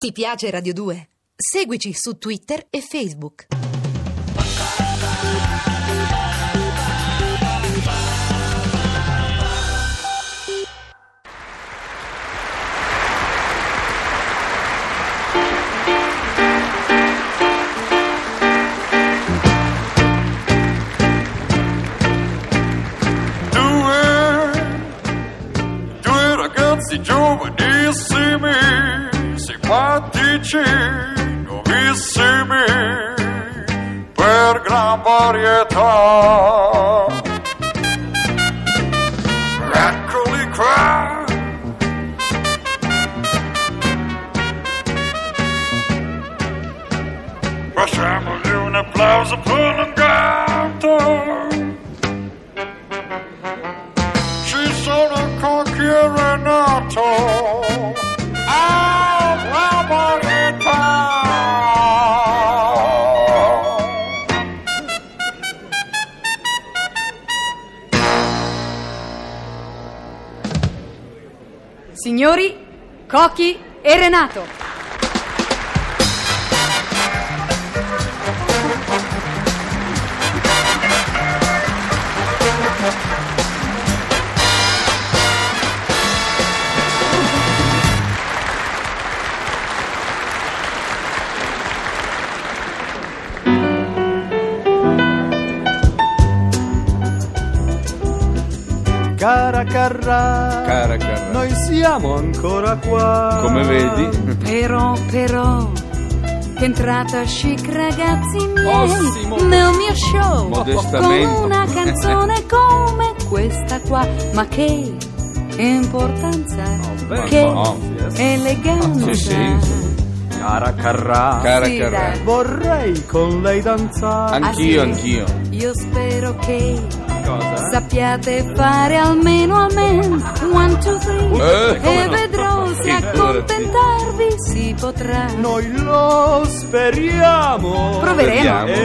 Ti piace Radio 2? Seguici su Twitter e Facebook. Due ragazzi giovanissimi, simpatici, nuovissimi, per gran varietà. Eccoli qua. Facciamogli un applauso prolungato. Ci sono Cocchi e Renato. La varietà. Signori, Cocchi e Renato. Cara Carrà, noi siamo ancora qua. Come vedi? Però, che entrata chic, ragazzi miei, sì, nel mio show, modestamente. con una canzone come questa qua. Ma che importanza, che eleganza. Sì. Cara Carrà, Cara Sì, Carrà. dai. vorrei con lei danzare. Anch'io, sì? anch'io. Io spero che Cosa? sappiate fare almeno 1, 2, 3 come e no? vedrò se accontentarvi si potrà. Noi lo speriamo. Proveremo. E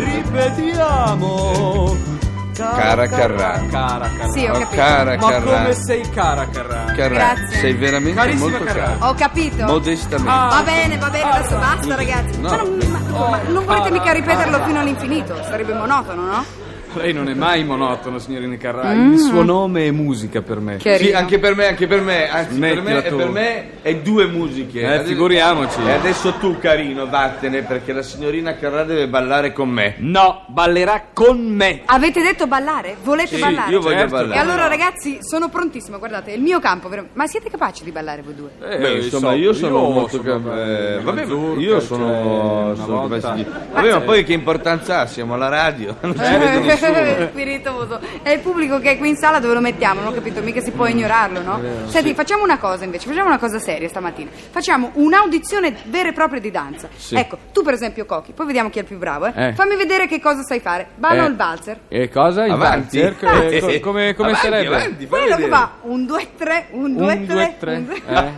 ripetiamo. Cara Carrà. Cara Carrà. Sì, ho Oh, capito. cara Ma Carrà. come sei cara Carrà? Carrà, Grazie. sei veramente Carissima molto Carrà. cara. Ho capito. Modestamente. Va bene, adesso basta ragazzi. No. Ma non volete mica ripeterlo fino all'infinito? Sarebbe monotono, no? Lei non è mai monotono, signorina Carrà. Il suo nome è musica per me. Che Sì, carino. anche per me. Anzi, Mettila tu. per me è due musiche. Figuriamoci. E adesso tu, carino, vattene, perché la signorina Carrà deve ballare con me. No, ballerà con me. Avete detto ballare? Volete Sì, ballare? io voglio Certo. ballare. E allora ragazzi, sono prontissimo, guardate, è il mio campo, ma siete capaci di ballare voi due? Beh, insomma, io sono molto vabbè, io sono capace di. Vabbè, ma poi che importanza ha? Siamo alla radio, non ci vede nessuno. Spiritoso. È il pubblico che è qui in sala, dove lo mettiamo? Non ho capito, mica si può ignorarlo, no? Senti, facciamo una cosa invece, facciamo una cosa seria stamattina. Facciamo un'audizione vera e propria di danza. Sì. Ecco, tu per esempio Cocchi, poi vediamo chi è il più bravo, Eh. Fammi vedere che cosa sai fare. Ballo il valzer. E cosa? Il Avanti. valzer? Come Avanti, sarebbe? avanti, fai Quello che vedere. fa 1, 2, 3, 1, 2, 3.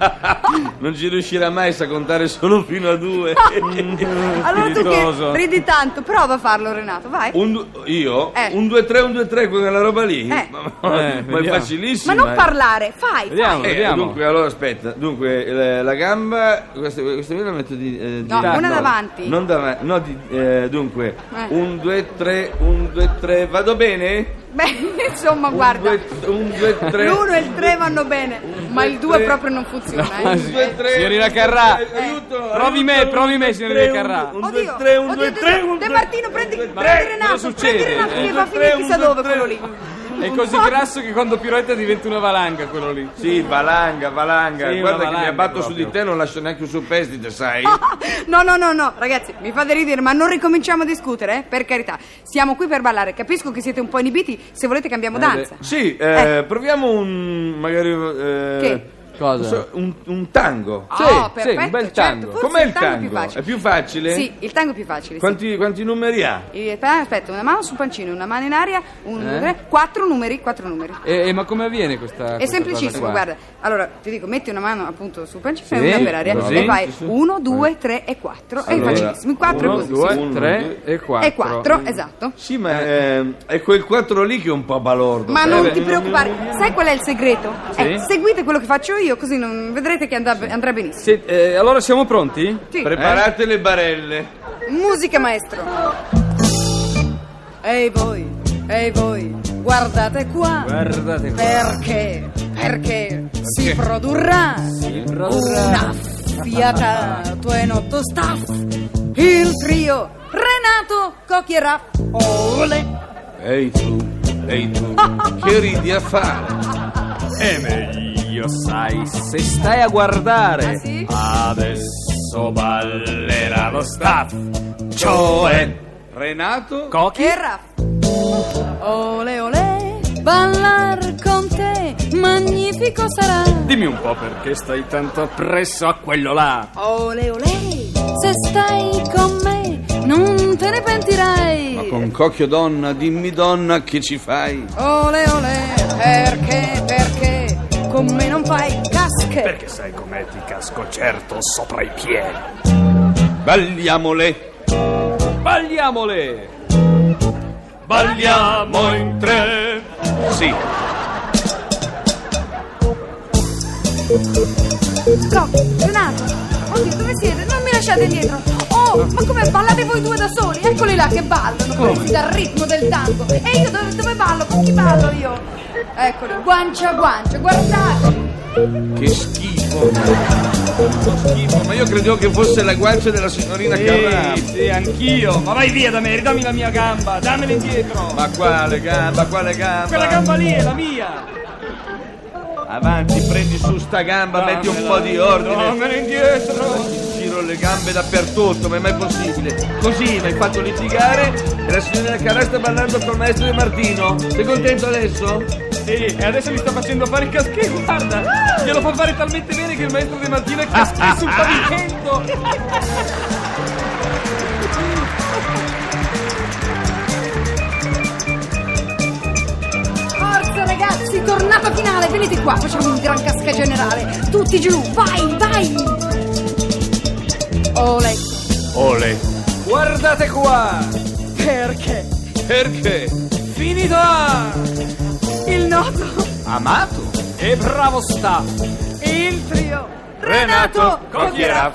Non ci riuscirà mai a contare solo fino a 2. Allora tu che Spiritoso. ridi tanto, prova a farlo Renato, vai. Io? Eh. 1, 2, 3, quella roba lì? Ma è vediamo. facilissimo. Ma non parlare, fai. Vediamo. Dunque, allora aspetta. Dunque, la gamba. Questa qui la metto di. No, una davanti. Non davanti. No, dunque. Eh. 1, 2, 3, 1, 2, 3. Vado bene? Beh, insomma, guarda. 1, 2, 3. L'1 e il 3 vanno bene, ma il 2 proprio non funziona. 1, 2, 3. Signorina Carrà, Aiuto. provi me, signorina Carrà. 1, 2, Oddio, 3, 1, 2, oddio, 3, 1, De Martino, prendi cosa Renato, succede? prendi Renato che va a 1, 2, finire 3, chissà 1, 2, dove 3. quello lì. È così grasso che quando piroetta diventa una valanga quello lì. Sì, valanga. Sì, Guarda una che mi valanga abbatto su proprio. di te, non lascio neanche un superstite, sai? No, ragazzi, mi fate ridere, ma non ricominciamo a discutere, per carità. Siamo qui per ballare, capisco che siete un po' inibiti, se volete cambiamo danza. Sì, proviamo un magari Che? Cosa? un tango. Perfetto, un bel certo, tango. forse Com'è il tango tango? più facile. È più facile? Sì, il tango è più facile. sì. Quanti numeri ha? Aspetta, una mano sul pancino, una mano in aria, 1, 2, 3, 4 numeri. Ma come avviene questa? È semplicissimo, cosa qua? guarda. Allora, ti dico, metti una mano appunto sul pancino Sì, e una per aria così. e fai Sì. 1, 2, 3 e 4. È Allora, facilissimo. 4 è 1, così. 2, Uno, 3 due. e 4. E 4, esatto. Sì, ma è quel 4 lì che è un po' balordo. Ma sai? non ti preoccupare, sai qual è il segreto? Sì? Seguite quello che faccio io io, così vedrete che andrà benissimo. Sì, allora siamo pronti? Sì. Preparate le barelle. Musica, maestro. Ehi voi, guardate qua. Guardate qua. Perché si produrrà una fiatato e notto staff. Il trio Renato, Cocchi e Raff. Ole. Ehi tu, che ridi a fare? Meglio sai se stai a guardare. Ah, sì? Adesso ballerà lo staff, cioè Renato? Cocchi E Raff. Ole, ballar con te magnifico sarà. Dimmi un po' perché stai tanto appresso a quello là. Ole, se stai con me non te ne pentirai. Ma con Cocchio donna, dimmi donna che ci fai? Ole, perché con me non fai casche. Perché sai com'è, ti casco certo sopra i piedi. Balliamole. Balliamo in tre. Sì. Cocchi, Renato, oddio, dove siete? Non mi lasciate indietro. Oh, ma come ballate voi due da soli? Eccoli là che ballano, presi dal ritmo del tango. E io dove ballo? Con chi ballo io? Eccoli, guancia a guancia, guardate. Che schifo, ma io credevo che fosse la guancia della signorina Carrà. Sì, anch'io. Ma vai via da me, ridammi la mia gamba, dammela indietro. Ma quale gamba? Quella gamba lì è la mia. Avanti, prendi su sta gamba, metti un po' di ordine. Dammela indietro. Giro le gambe dappertutto, ma è mai possibile? Così mi hai fatto litigare e la signorina Carrà sta ballando col maestro De Martino. Sei contento adesso? Sì, e adesso mi sta facendo fare il casquet, guarda. Glielo fa fare talmente bene che il maestro De Martino è casquet sul pavimento. Forza ragazzi, tornata finale, venite qua, facciamo un gran casca generale. Tutti giù, vai. Ole. Guardate qua. Perché? Finito là. Il noto, Amato? E bravo sta. il trio Renato, Cocchi e Raff.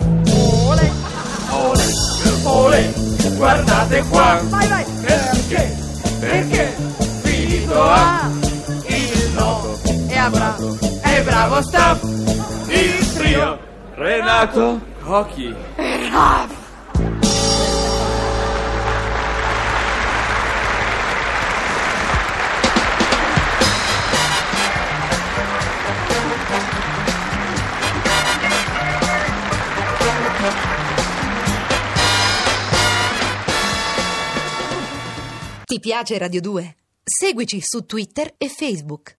Ole, Guardate qua. vai. Perché? Finito a il noto e bravo staff. Il trio Renato? Cocchi. Ti piace Radio 2? Seguici su Twitter e Facebook.